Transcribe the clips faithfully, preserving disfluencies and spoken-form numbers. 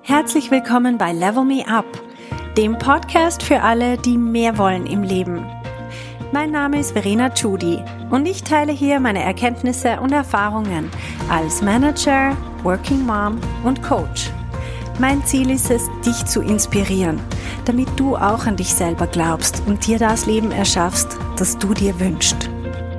Herzlich willkommen bei Level Me Up, dem Podcast für alle, die mehr wollen im Leben. Mein Name ist Verena Tschudi und ich teile hier meine Erkenntnisse und Erfahrungen als Manager, Working Mom und Coach. Mein Ziel ist es, dich zu inspirieren, damit du auch an dich selber glaubst und dir das Leben erschaffst, das du dir wünschst.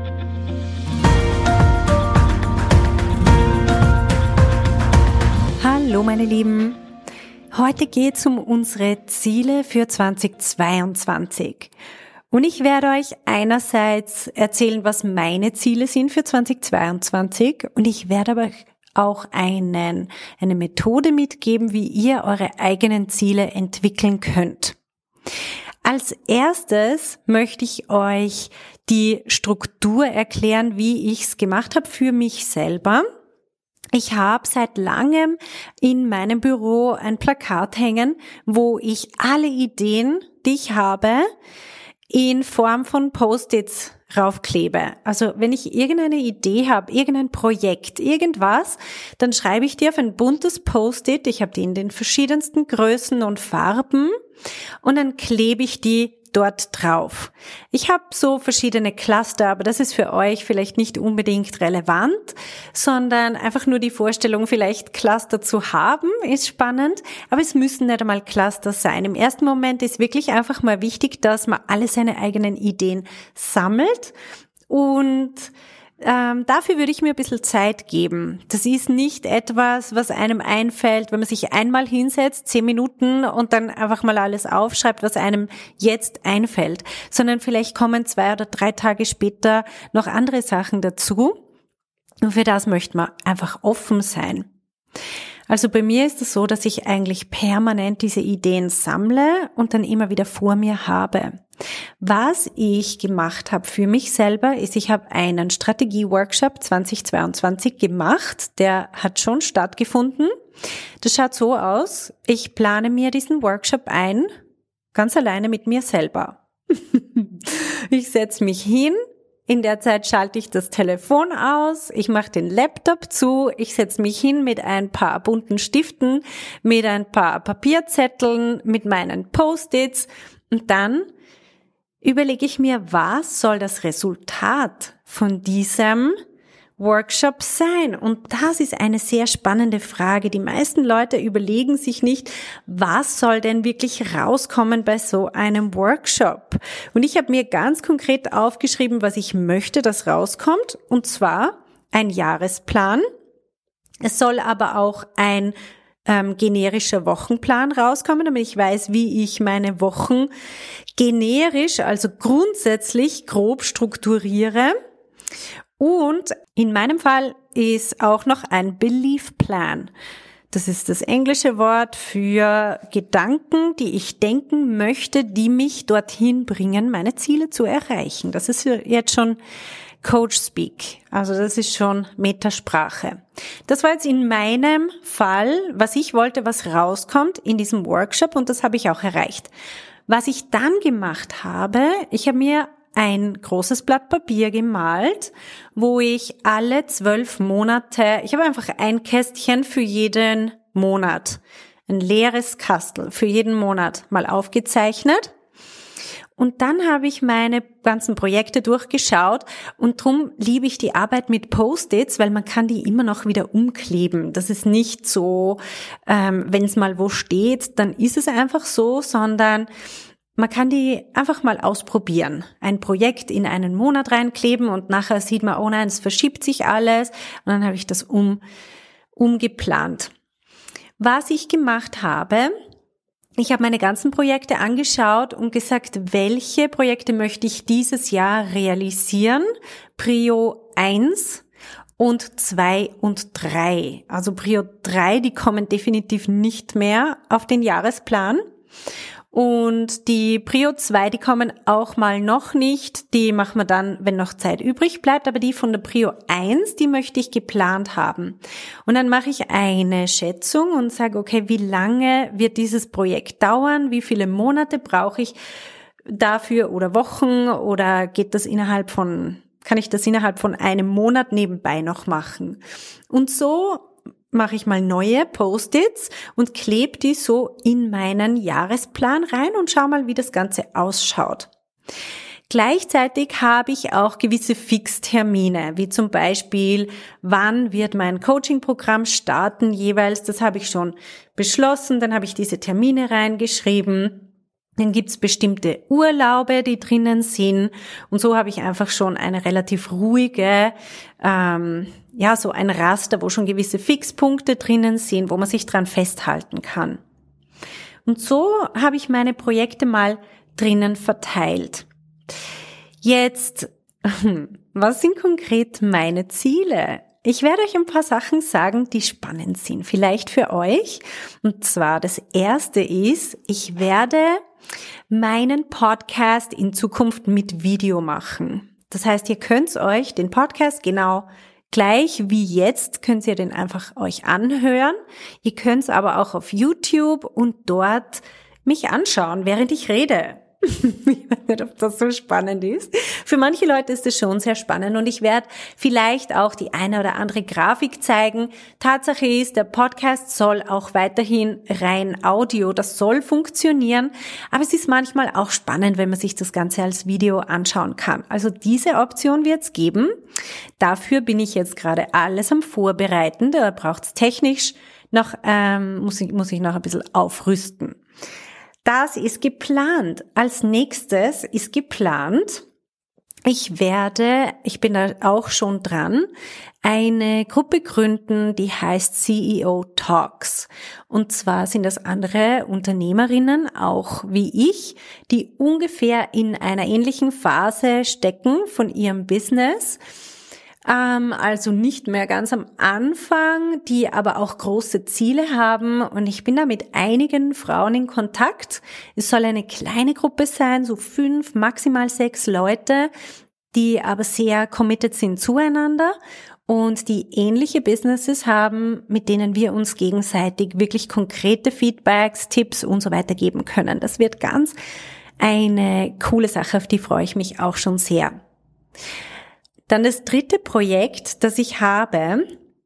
Hallo meine Lieben, heute geht es um unsere Ziele für zweitausendzweiundzwanzig. Und ich werde euch einerseits erzählen, was meine Ziele sind für zweitausendzweiundzwanzig und ich werde aber auch einen, eine Methode mitgeben, wie ihr eure eigenen Ziele entwickeln könnt. Als erstes möchte ich euch die Struktur erklären, wie ich es gemacht habe für mich selber. Ich habe seit langem in meinem Büro ein Plakat hängen, wo ich alle Ideen, die ich habe, in Form von Post-its raufklebe. Also wenn ich irgendeine Idee habe, irgendein Projekt, irgendwas, dann schreibe ich die auf ein buntes Post-it. Ich habe die in den verschiedensten Größen und Farben und dann klebe ich die dort drauf. Ich habe so verschiedene Cluster, aber das ist für euch vielleicht nicht unbedingt relevant, sondern einfach nur die Vorstellung, vielleicht Cluster zu haben, ist spannend, aber es müssen nicht einmal Cluster sein. Im ersten Moment ist wirklich einfach mal wichtig, dass man alle seine eigenen Ideen sammelt und Ähm, dafür würde ich mir ein bisschen Zeit geben. Das ist nicht etwas, was einem einfällt, wenn man sich einmal hinsetzt, zehn Minuten und dann einfach mal alles aufschreibt, was einem jetzt einfällt, sondern vielleicht kommen zwei oder drei Tage später noch andere Sachen dazu. Und für das möchte man einfach offen sein. Also bei mir ist es so, dass ich eigentlich permanent diese Ideen sammle und dann immer wieder vor mir habe. Was ich gemacht habe für mich selber, ist, ich habe einen Strategie-Workshop zweitausendzweiundzwanzig gemacht. Der hat schon stattgefunden. Das schaut so aus, ich plane mir diesen Workshop ein, ganz alleine mit mir selber. Ich setze mich hin. In der Zeit schalte ich das Telefon aus, ich mache den Laptop zu, ich setze mich hin mit ein paar bunten Stiften, mit ein paar Papierzetteln, mit meinen Post-its und dann überlege ich mir, was soll das Resultat von diesem Workshop sein? Und das ist eine sehr spannende Frage. Die meisten Leute überlegen sich nicht, was soll denn wirklich rauskommen bei so einem Workshop? Und ich habe mir ganz konkret aufgeschrieben, was ich möchte, dass rauskommt. Und zwar ein Jahresplan. Es soll aber auch ein ähm, generischer Wochenplan rauskommen, damit ich weiß, wie ich meine Wochen generisch, also grundsätzlich grob strukturiere. Und in meinem Fall ist auch noch ein Belief Plan. Das ist das englische Wort für Gedanken, die ich denken möchte, die mich dorthin bringen, meine Ziele zu erreichen. Das ist jetzt schon Coach Speak. Also das ist schon Metasprache. Das war jetzt in meinem Fall, was ich wollte, was rauskommt in diesem Workshop und das habe ich auch erreicht. Was ich dann gemacht habe, ich habe mir ein großes Blatt Papier gemalt, wo ich alle zwölf Monate, ich habe einfach ein Kästchen für jeden Monat, ein leeres Kastel für jeden Monat mal aufgezeichnet. Und dann habe ich meine ganzen Projekte durchgeschaut und drum liebe ich die Arbeit mit Post-its, weil man kann die immer noch wieder umkleben. Das ist nicht so, ähm, wenn es mal wo steht, dann ist es einfach so, sondern man kann die einfach mal ausprobieren. Ein Projekt in einen Monat reinkleben und nachher sieht man, oh nein, es verschiebt sich alles. Und dann habe ich das um, umgeplant. Was ich gemacht habe, ich habe meine ganzen Projekte angeschaut und gesagt, welche Projekte möchte ich dieses Jahr realisieren? Prio eins und zwei und drei. Also Prio drei, die kommen definitiv nicht mehr auf den Jahresplan. Und die Prio zwei, die kommen auch mal noch nicht. Die machen wir dann, wenn noch Zeit übrig bleibt. Aber die von der Prio eins, die möchte ich geplant haben. Und dann mache ich eine Schätzung und sage, okay, wie lange wird dieses Projekt dauern? Wie viele Monate brauche ich dafür oder Wochen? Oder geht das innerhalb von, kann ich das innerhalb von einem Monat nebenbei noch machen? Und so mache ich mal neue Post-its und klebe die so in meinen Jahresplan rein und schau mal, wie das Ganze ausschaut. Gleichzeitig habe ich auch gewisse Fixtermine, wie zum Beispiel, wann wird mein Coaching-Programm starten jeweils. Das habe ich schon beschlossen, dann habe ich diese Termine reingeschrieben. Dann gibt's bestimmte Urlaube, die drinnen sind. Und so habe ich einfach schon eine relativ ruhige, ähm, ja, so ein Raster, wo schon gewisse Fixpunkte drinnen sind, wo man sich dran festhalten kann. Und so habe ich meine Projekte mal drinnen verteilt. Jetzt, was sind konkret meine Ziele? Ich werde euch ein paar Sachen sagen, die spannend sind, vielleicht für euch. Und zwar das erste ist, ich werde meinen Podcast in Zukunft mit Video machen. Das heißt, ihr könnt euch den Podcast genau gleich wie jetzt, könnt ihr den einfach euch anhören. Ihr könnt es aber auch auf YouTube und dort mich anschauen, während ich rede. Ich weiß nicht, ob das so spannend ist. Für manche Leute ist es schon sehr spannend und ich werde vielleicht auch die eine oder andere Grafik zeigen. Tatsache ist, der Podcast soll auch weiterhin rein Audio, das soll funktionieren, aber es ist manchmal auch spannend, wenn man sich das Ganze als Video anschauen kann. Also diese Option wird es geben. Dafür bin ich jetzt gerade alles am Vorbereiten. Da braucht es technisch noch, ähm, muss ich, muss ich noch ein bisschen aufrüsten. Das ist geplant. Als nächstes ist geplant, ich werde, ich bin da auch schon dran, eine Gruppe gründen, die heißt C E O Talks. Und zwar sind das andere Unternehmerinnen, auch wie ich, die ungefähr in einer ähnlichen Phase stecken von ihrem Business. Also nicht mehr ganz am Anfang, die aber auch große Ziele haben und ich bin da mit einigen Frauen in Kontakt. Es soll eine kleine Gruppe sein, so fünf, maximal sechs Leute, die aber sehr committed sind zueinander und die ähnliche Businesses haben, mit denen wir uns gegenseitig wirklich konkrete Feedbacks, Tipps und so weiter geben können. Das wird ganz eine coole Sache, auf die freue ich mich auch schon sehr. Dann das dritte Projekt, das ich habe,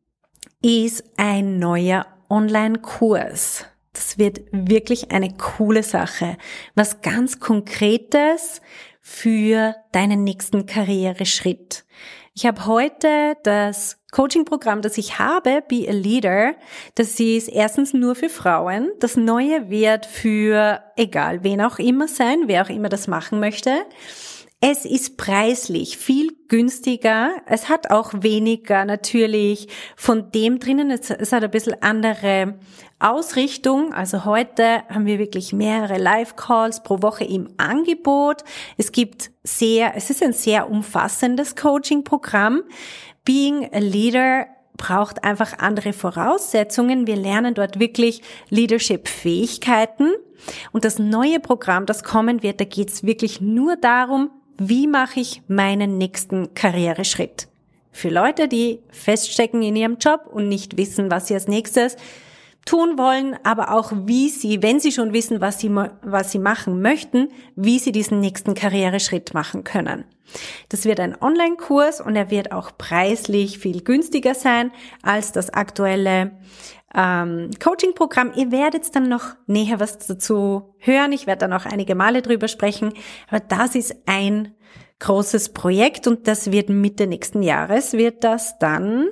ist ein neuer Online-Kurs. Das wird wirklich eine coole Sache. Was ganz Konkretes für deinen nächsten Karriereschritt. Ich habe heute das Coaching-Programm, das ich habe, Be a Leader, das ist erstens nur für Frauen. Das Neue wird für egal wen auch immer sein, wer auch immer das machen möchte. Es ist preislich viel günstiger. Es hat auch weniger natürlich von dem drinnen. Es, es hat ein bisschen andere Ausrichtung. Also heute haben wir wirklich mehrere Live-Calls pro Woche im Angebot. Es gibt sehr, es ist ein sehr umfassendes Coaching-Programm. Being a Leader braucht einfach andere Voraussetzungen. Wir lernen dort wirklich Leadership-Fähigkeiten. Und das neue Programm, das kommen wird, da geht es wirklich nur darum, wie mache ich meinen nächsten Karriereschritt? Für Leute, die feststecken in ihrem Job und nicht wissen, was sie als nächstes tun wollen, aber auch wie sie, wenn sie schon wissen, was sie, was sie machen möchten, wie sie diesen nächsten Karriereschritt machen können. Das wird ein Online-Kurs und er wird auch preislich viel günstiger sein als das aktuelle ähm, Coaching-Programm. Ihr werdet dann noch näher was dazu hören. Ich werde dann auch einige Male drüber sprechen. Aber das ist ein großes Projekt und das wird Mitte nächsten Jahres, wird das dann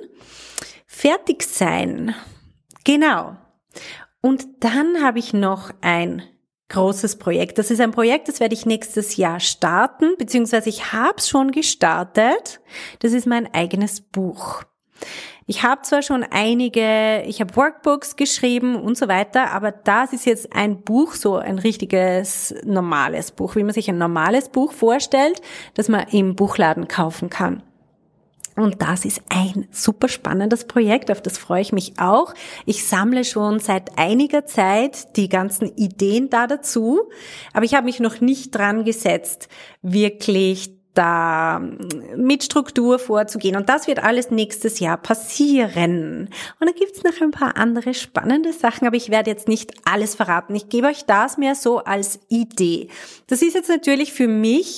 fertig sein. Genau. Und dann habe ich noch ein großes Projekt. Das ist ein Projekt, das werde ich nächstes Jahr starten, beziehungsweise ich habe es schon gestartet. Das ist mein eigenes Buch. Ich habe zwar schon einige, ich habe Workbooks geschrieben und so weiter, aber das ist jetzt ein Buch, so ein richtiges normales Buch, wie man sich ein normales Buch vorstellt, das man im Buchladen kaufen kann. Und das ist ein super spannendes Projekt, auf das freue ich mich auch. Ich sammle schon seit einiger Zeit die ganzen Ideen da dazu, aber ich habe mich noch nicht dran gesetzt, wirklich da mit Struktur vorzugehen. Und das wird alles nächstes Jahr passieren. Und dann gibt's noch ein paar andere spannende Sachen, aber ich werde jetzt nicht alles verraten. Ich gebe euch das mehr so als Idee. Das ist jetzt natürlich für mich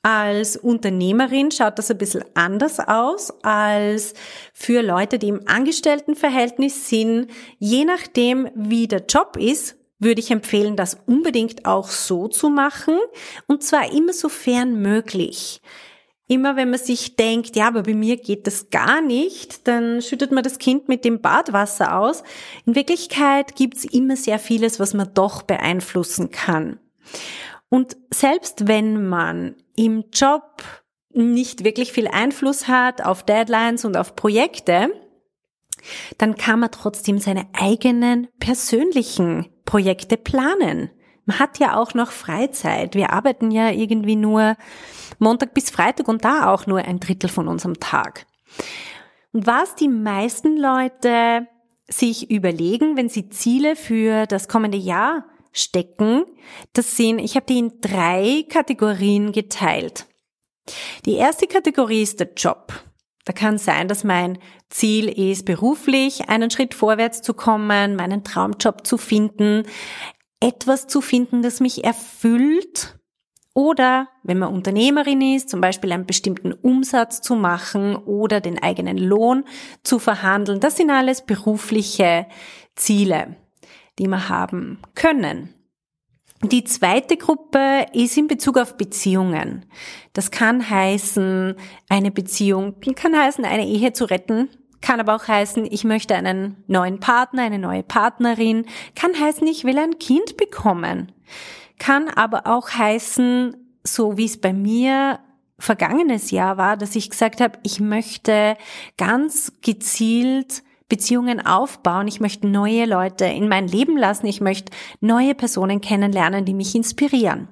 Als Unternehmerin schaut das ein bisschen anders aus als für Leute, die im Angestelltenverhältnis sind. Je nachdem, wie der Job ist, würde ich empfehlen, das unbedingt auch so zu machen, und zwar immer sofern möglich. Immer wenn man sich denkt, ja, aber bei mir geht das gar nicht, dann schüttet man das Kind mit dem Badwasser aus. In Wirklichkeit gibt's immer sehr vieles, was man doch beeinflussen kann. Und selbst wenn man im Job nicht wirklich viel Einfluss hat auf Deadlines und auf Projekte, dann kann man trotzdem seine eigenen persönlichen Projekte planen. Man hat ja auch noch Freizeit. Wir arbeiten ja irgendwie nur Montag bis Freitag und da auch nur ein Drittel von unserem Tag. Und was die meisten Leute sich überlegen, wenn sie Ziele für das kommende Jahr stecken, das sind, ich habe die in drei Kategorien geteilt. Die erste Kategorie ist der Job. Da kann sein, dass mein Ziel ist, beruflich einen Schritt vorwärts zu kommen, meinen Traumjob zu finden, etwas zu finden, das mich erfüllt. Oder wenn man Unternehmerin ist, zum Beispiel einen bestimmten Umsatz zu machen oder den eigenen Lohn zu verhandeln. Das sind alles berufliche Ziele, die wir haben können. Die zweite Gruppe ist in Bezug auf Beziehungen. Das kann heißen, eine Beziehung, kann heißen, eine Ehe zu retten, kann aber auch heißen, ich möchte einen neuen Partner, eine neue Partnerin, kann heißen, ich will ein Kind bekommen, kann aber auch heißen, so wie es bei mir vergangenes Jahr war, dass ich gesagt habe, ich möchte ganz gezielt Beziehungen aufbauen, ich möchte neue Leute in mein Leben lassen, ich möchte neue Personen kennenlernen, die mich inspirieren.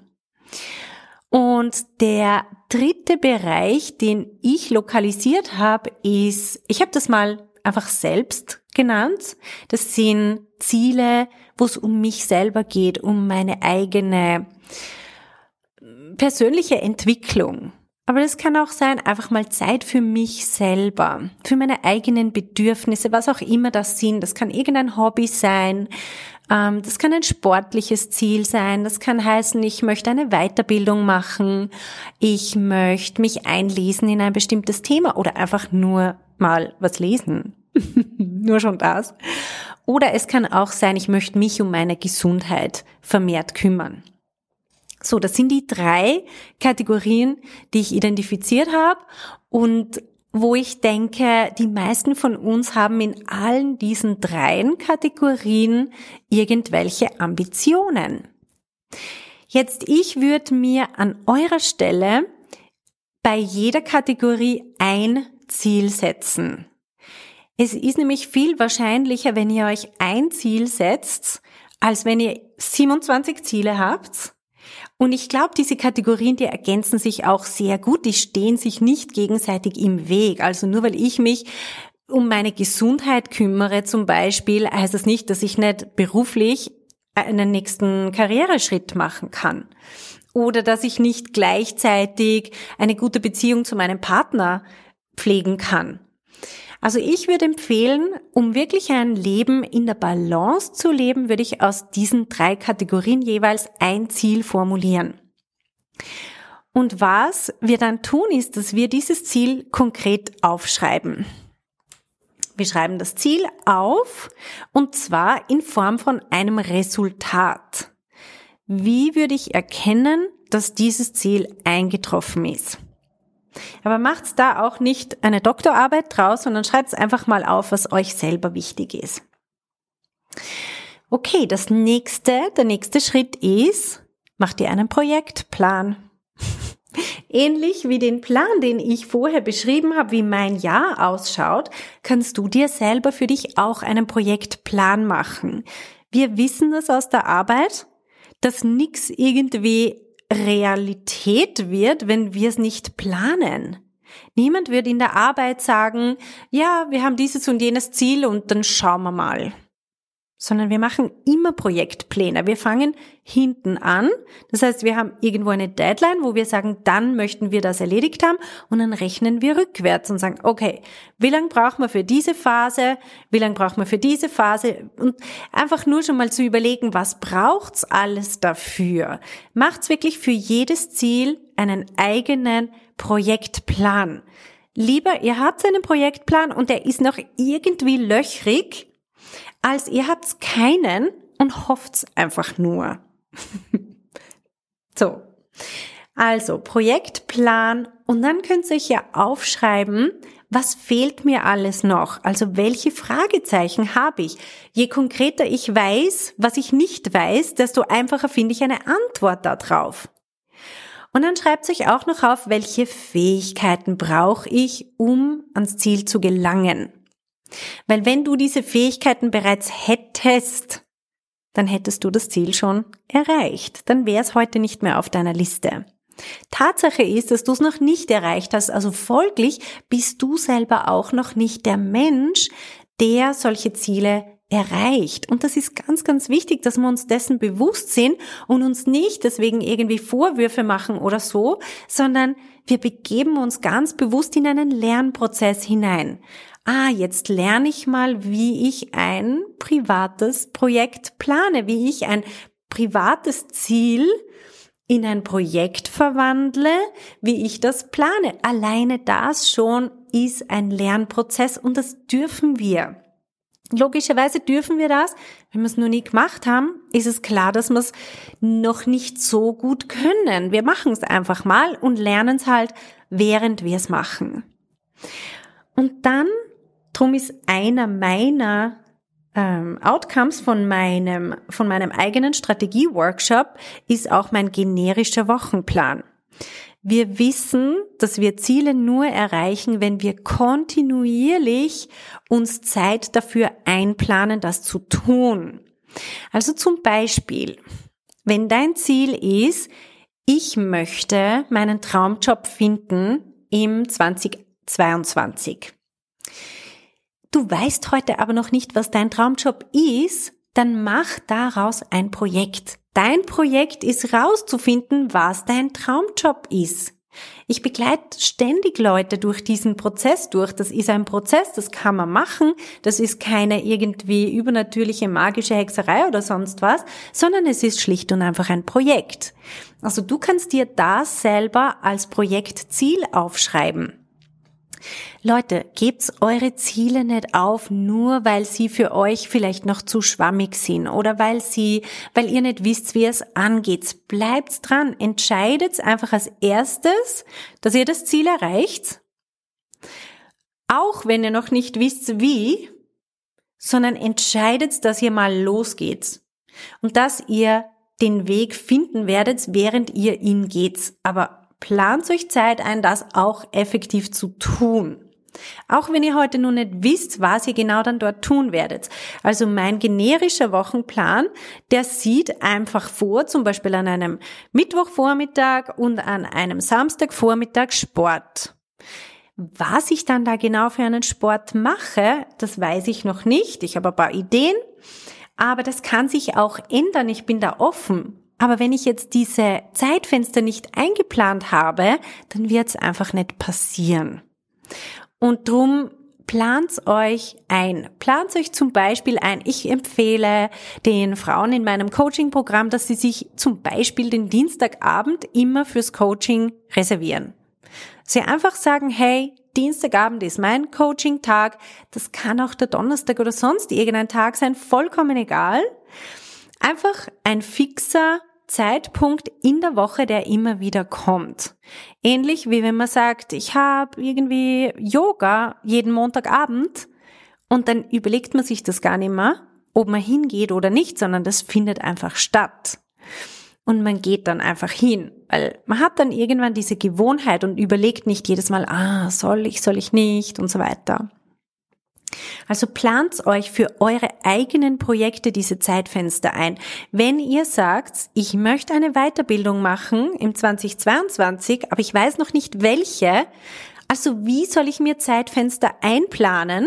Und der dritte Bereich, den ich lokalisiert habe, ist, ich habe das mal einfach selbst genannt, das sind Ziele, wo es um mich selber geht, um meine eigene persönliche Entwicklung. Aber das kann auch sein, einfach mal Zeit für mich selber, für meine eigenen Bedürfnisse, was auch immer das sind. Das kann irgendein Hobby sein, das kann ein sportliches Ziel sein, das kann heißen, ich möchte eine Weiterbildung machen, ich möchte mich einlesen in ein bestimmtes Thema oder einfach nur mal was lesen. Nur schon das. Oder es kann auch sein, ich möchte mich um meine Gesundheit vermehrt kümmern. So, das sind die drei Kategorien, die ich identifiziert habe und wo ich denke, die meisten von uns haben in allen diesen dreien Kategorien irgendwelche Ambitionen. Jetzt, ich würde mir an eurer Stelle bei jeder Kategorie ein Ziel setzen. Es ist nämlich viel wahrscheinlicher, wenn ihr euch ein Ziel setzt, als wenn ihr siebenundzwanzig Ziele habt. Und ich glaube, diese Kategorien, die ergänzen sich auch sehr gut, die stehen sich nicht gegenseitig im Weg. Also nur weil ich mich um meine Gesundheit kümmere zum Beispiel, heißt das nicht, dass ich nicht beruflich einen nächsten Karriereschritt machen kann. Oder dass ich nicht gleichzeitig eine gute Beziehung zu meinem Partner pflegen kann. Also ich würde empfehlen, um wirklich ein Leben in der Balance zu leben, würde ich aus diesen drei Kategorien jeweils ein Ziel formulieren. Und was wir dann tun, ist, dass wir dieses Ziel konkret aufschreiben. Wir schreiben das Ziel auf und zwar in Form von einem Resultat. Wie würde ich erkennen, dass dieses Ziel eingetroffen ist? Aber macht's da auch nicht eine Doktorarbeit draus, sondern schreibt's einfach mal auf, was euch selber wichtig ist. Okay, das nächste, der nächste Schritt ist, macht ihr einen Projektplan. Ähnlich wie den Plan, den ich vorher beschrieben habe, wie mein Jahr ausschaut, kannst du dir selber für dich auch einen Projektplan machen. Wir wissen das aus der Arbeit, dass nichts irgendwie Realität wird, wenn wir es nicht planen. Niemand wird in der Arbeit sagen, ja, wir haben dieses und jenes Ziel und dann schauen wir mal. Sondern wir machen immer Projektpläne. Wir fangen hinten an. Das heißt, wir haben irgendwo eine Deadline, wo wir sagen, dann möchten wir das erledigt haben und dann rechnen wir rückwärts und sagen, okay, wie lange brauchen wir für diese Phase? Wie lange brauchen wir für diese Phase? Und einfach nur schon mal zu überlegen, was braucht's alles dafür? Macht's wirklich für jedes Ziel einen eigenen Projektplan. Lieber, ihr habt einen Projektplan und der ist noch irgendwie löchrig, als ihr habt keinen und hofft's einfach nur. So, also Projektplan und dann könnt ihr euch ja aufschreiben, was fehlt mir alles noch? Also welche Fragezeichen habe ich? Je konkreter ich weiß, was ich nicht weiß, desto einfacher finde ich eine Antwort darauf. Und dann schreibt euch auch noch auf, welche Fähigkeiten brauche ich, um ans Ziel zu gelangen. Weil wenn du diese Fähigkeiten bereits hättest, dann hättest du das Ziel schon erreicht. Dann wäre es heute nicht mehr auf deiner Liste. Tatsache ist, dass du es noch nicht erreicht hast, also folglich bist du selber auch noch nicht der Mensch, der solche Ziele erreicht. Und das ist ganz, ganz wichtig, dass wir uns dessen bewusst sind und uns nicht deswegen irgendwie Vorwürfe machen oder so, sondern wir begeben uns ganz bewusst in einen Lernprozess hinein. Ah, jetzt lerne ich mal, wie ich ein privates Projekt plane, wie ich ein privates Ziel in ein Projekt verwandle, wie ich das plane. Alleine das schon ist ein Lernprozess und das dürfen wir. Logischerweise dürfen wir das. Wenn wir es nur nie gemacht haben, ist es klar, dass wir es noch nicht so gut können. Wir machen es einfach mal und lernen es halt, während wir es machen. Und dann, drum ist einer meiner ähm, Outcomes von meinem, von meinem eigenen Strategie-Workshop ist auch mein generischer Wochenplan. Wir wissen, dass wir Ziele nur erreichen, wenn wir kontinuierlich uns Zeit dafür einplanen, das zu tun. Also zum Beispiel, wenn dein Ziel ist, ich möchte meinen Traumjob finden im zwanzig zweiundzwanzig. Du weißt heute aber noch nicht, was dein Traumjob ist, dann mach daraus ein Projekt. Dein Projekt ist rauszufinden, was dein Traumjob ist. Ich begleite ständig Leute durch diesen Prozess durch. Das ist ein Prozess, das kann man machen. Das ist keine irgendwie übernatürliche magische Hexerei oder sonst was, sondern es ist schlicht und einfach ein Projekt. Also du kannst dir das selber als Projektziel aufschreiben. Leute, gebt's eure Ziele nicht auf, nur weil sie für euch vielleicht noch zu schwammig sind oder weil sie, weil ihr nicht wisst, wie es angeht. Bleibt's dran, entscheidet einfach als erstes, dass ihr das Ziel erreicht, auch wenn ihr noch nicht wisst, wie, sondern entscheidet, dass ihr mal losgeht und dass ihr den Weg finden werdet, während ihr ihn geht. Aber plant euch Zeit ein, das auch effektiv zu tun. Auch wenn ihr heute noch nicht wisst, was ihr genau dann dort tun werdet. Also mein generischer Wochenplan, der sieht einfach vor, zum Beispiel an einem Mittwochvormittag und an einem Samstagvormittag Sport. Was ich dann da genau für einen Sport mache, das weiß ich noch nicht. Ich habe ein paar Ideen, aber das kann sich auch ändern. Ich bin da offen. Aber wenn ich jetzt diese Zeitfenster nicht eingeplant habe, dann wird es einfach nicht passieren. Und drum plant euch ein. Plant euch zum Beispiel ein. Ich empfehle den Frauen in meinem Coaching-Programm, dass sie sich zum Beispiel den Dienstagabend immer fürs Coaching reservieren. Sie einfach sagen, hey, Dienstagabend ist mein Coaching-Tag. Das kann auch der Donnerstag oder sonst irgendein Tag sein, vollkommen egal. Einfach ein fixer Zeitpunkt in der Woche, der immer wieder kommt. Ähnlich wie wenn man sagt, ich habe irgendwie Yoga jeden Montagabend und dann überlegt man sich das gar nicht mehr, ob man hingeht oder nicht, sondern das findet einfach statt. Und man geht dann einfach hin, weil man hat dann irgendwann diese Gewohnheit und überlegt nicht jedes Mal, ah, soll ich, soll ich nicht und so weiter. Also plant euch für eure eigenen Projekte diese Zeitfenster ein. Wenn ihr sagt, ich möchte eine Weiterbildung machen im zwanzig zweiundzwanzig, aber ich weiß noch nicht welche, also wie soll ich mir Zeitfenster einplanen?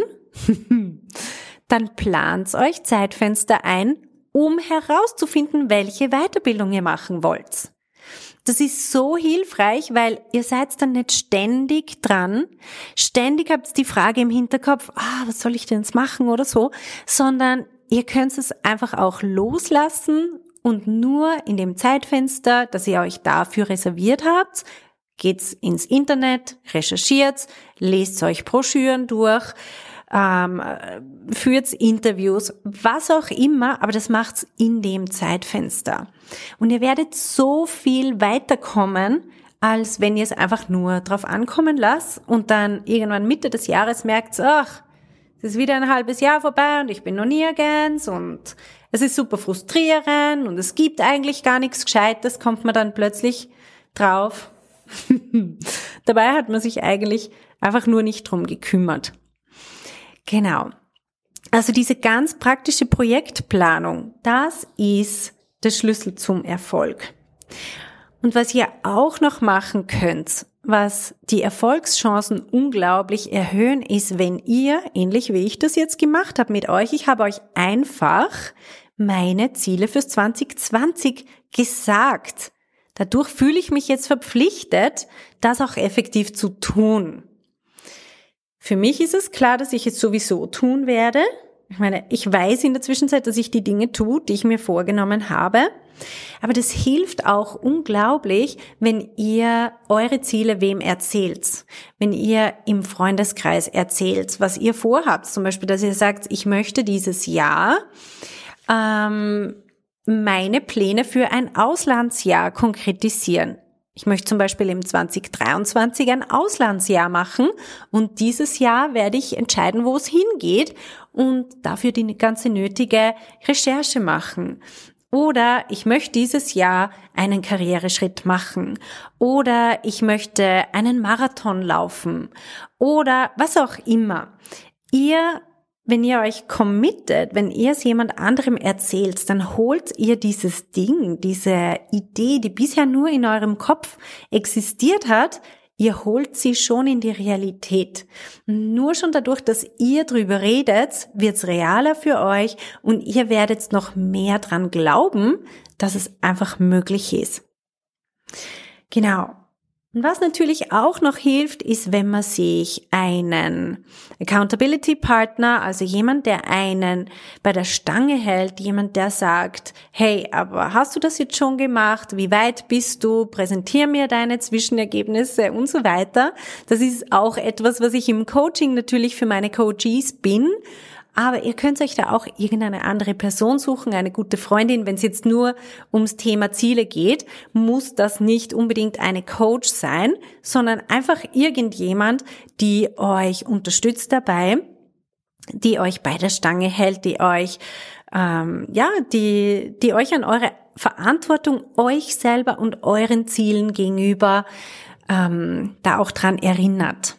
Dann plant euch Zeitfenster ein, um herauszufinden, welche Weiterbildung ihr machen wollt. Das ist so hilfreich, weil ihr seid dann nicht ständig dran, ständig habt ihr die Frage im Hinterkopf, ah, was soll ich denn jetzt machen oder so, sondern ihr könnt es einfach auch loslassen und nur in dem Zeitfenster, das ihr euch dafür reserviert habt, geht's ins Internet, recherchiert, lest euch Broschüren durch, ähm, führt Interviews, was auch immer, aber das macht's in dem Zeitfenster. Und ihr werdet so viel weiterkommen, als wenn ihr es einfach nur drauf ankommen lasst und dann irgendwann Mitte des Jahres merkt, ach, es ist wieder ein halbes Jahr vorbei und ich bin noch nirgends und es ist super frustrierend und es gibt eigentlich gar nichts Gescheites, kommt man dann plötzlich drauf. Dabei hat man sich eigentlich einfach nur nicht drum gekümmert. Genau. Also diese ganz praktische Projektplanung, das ist der Schlüssel zum Erfolg. Und was ihr auch noch machen könnt, was die Erfolgschancen unglaublich erhöhen, ist, wenn ihr, ähnlich wie ich das jetzt gemacht habe mit euch, ich habe euch einfach meine Ziele fürs zwanzig zwanzig gesagt. Dadurch fühle ich mich jetzt verpflichtet, das auch effektiv zu tun. Für mich ist es klar, dass ich es sowieso tun werde. Ich meine, ich weiß in der Zwischenzeit, dass ich die Dinge tue, die ich mir vorgenommen habe. Aber das hilft auch unglaublich, wenn ihr eure Ziele wem erzählt. Wenn ihr im Freundeskreis erzählt, was ihr vorhabt. Zum Beispiel, dass ihr sagt, ich möchte dieses Jahr ähm, meine Pläne für ein Auslandsjahr konkretisieren. Ich möchte zum Beispiel im zwanzig dreiundzwanzig ein Auslandsjahr machen und dieses Jahr werde ich entscheiden, wo es hingeht und dafür die ganze nötige Recherche machen. Oder ich möchte dieses Jahr einen Karriereschritt machen. Oder ich möchte einen Marathon laufen. Oder was auch immer. Ihr, wenn ihr euch committet, wenn ihr es jemand anderem erzählt, dann holt ihr dieses Ding, diese Idee, die bisher nur in eurem Kopf existiert hat, ihr holt sie schon in die Realität. Nur schon dadurch, dass ihr drüber redet, wird's realer für euch und ihr werdet noch mehr dran glauben, dass es einfach möglich ist. Genau. Und was natürlich auch noch hilft, ist, wenn man sich einen Accountability Partner, also jemand, der einen bei der Stange hält, jemand, der sagt, hey, aber hast du das jetzt schon gemacht? Wie weit bist du? Präsentier mir deine Zwischenergebnisse und so weiter. Das ist auch etwas, was ich im Coaching natürlich für meine Coaches bin. Aber ihr könnt euch da auch irgendeine andere Person suchen, eine gute Freundin. Wenn es jetzt nur ums Thema Ziele geht, muss das nicht unbedingt eine Coach sein, sondern einfach irgendjemand, die euch unterstützt dabei, die euch bei der Stange hält, die euch, ähm, ja, die, die euch an eure Verantwortung, euch selber und euren Zielen gegenüber ähm, da auch dran erinnert.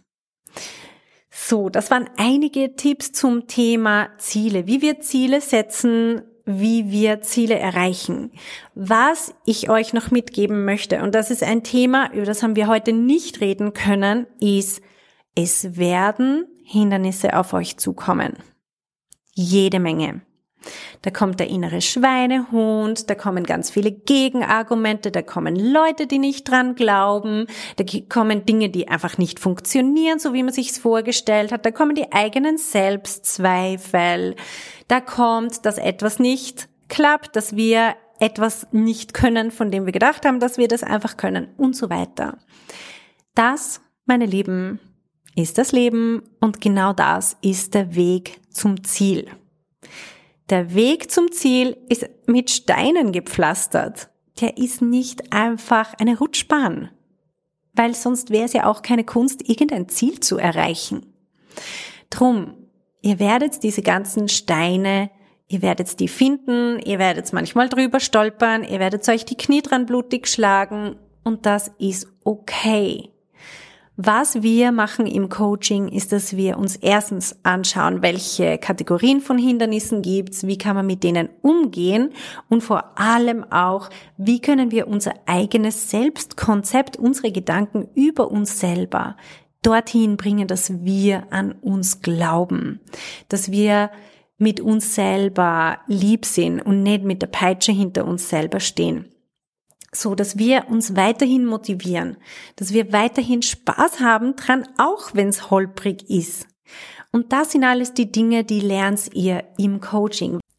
So, das waren einige Tipps zum Thema Ziele, wie wir Ziele setzen, wie wir Ziele erreichen. Was ich euch noch mitgeben möchte, und das ist ein Thema, über das haben wir heute nicht reden können, ist, es werden Hindernisse auf euch zukommen. Jede Menge. Da kommt der innere Schweinehund, da kommen ganz viele Gegenargumente, da kommen Leute, die nicht dran glauben, da kommen Dinge, die einfach nicht funktionieren, so wie man sich's vorgestellt hat, da kommen die eigenen Selbstzweifel, da kommt, dass etwas nicht klappt, dass wir etwas nicht können, von dem wir gedacht haben, dass wir das einfach können und so weiter. Das, meine Lieben, ist das Leben und genau das ist der Weg zum Ziel. Der Weg zum Ziel ist mit Steinen gepflastert. Der ist nicht einfach eine Rutschbahn, weil sonst wäre es ja auch keine Kunst, irgendein Ziel zu erreichen. Drum, ihr werdet diese ganzen Steine, ihr werdet die finden, ihr werdet manchmal drüber stolpern, ihr werdet euch die Knie dran blutig schlagen und das ist okay. Was wir machen im Coaching ist, dass wir uns erstens anschauen, welche Kategorien von Hindernissen gibt's, wie kann man mit denen umgehen und vor allem auch, wie können wir unser eigenes Selbstkonzept, unsere Gedanken über uns selber dorthin bringen, dass wir an uns glauben, dass wir mit uns selber lieb sind und nicht mit der Peitsche hinter uns selber stehen. So, dass wir uns weiterhin motivieren, dass wir weiterhin Spaß haben dran, auch wenn es holprig ist. Und das sind alles die Dinge, die lernt ihr im Coaching.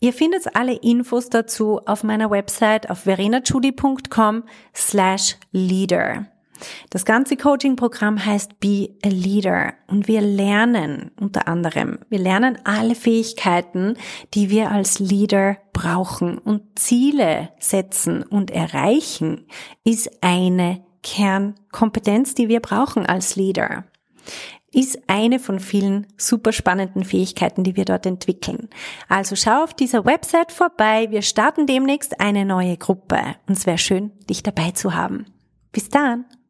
Ihr findet alle Infos dazu auf meiner Website auf verenajudi punkt com slash leader. Das ganze Coaching-Programm heißt Be a Leader und wir lernen unter anderem, wir lernen alle Fähigkeiten, die wir als Leader brauchen, und Ziele setzen und erreichen ist eine Kernkompetenz, die wir brauchen als Leader. Ist eine von vielen super spannenden Fähigkeiten, die wir dort entwickeln. Also schau auf dieser Website vorbei, wir starten demnächst eine neue Gruppe und es wäre schön, dich dabei zu haben. Bis dann!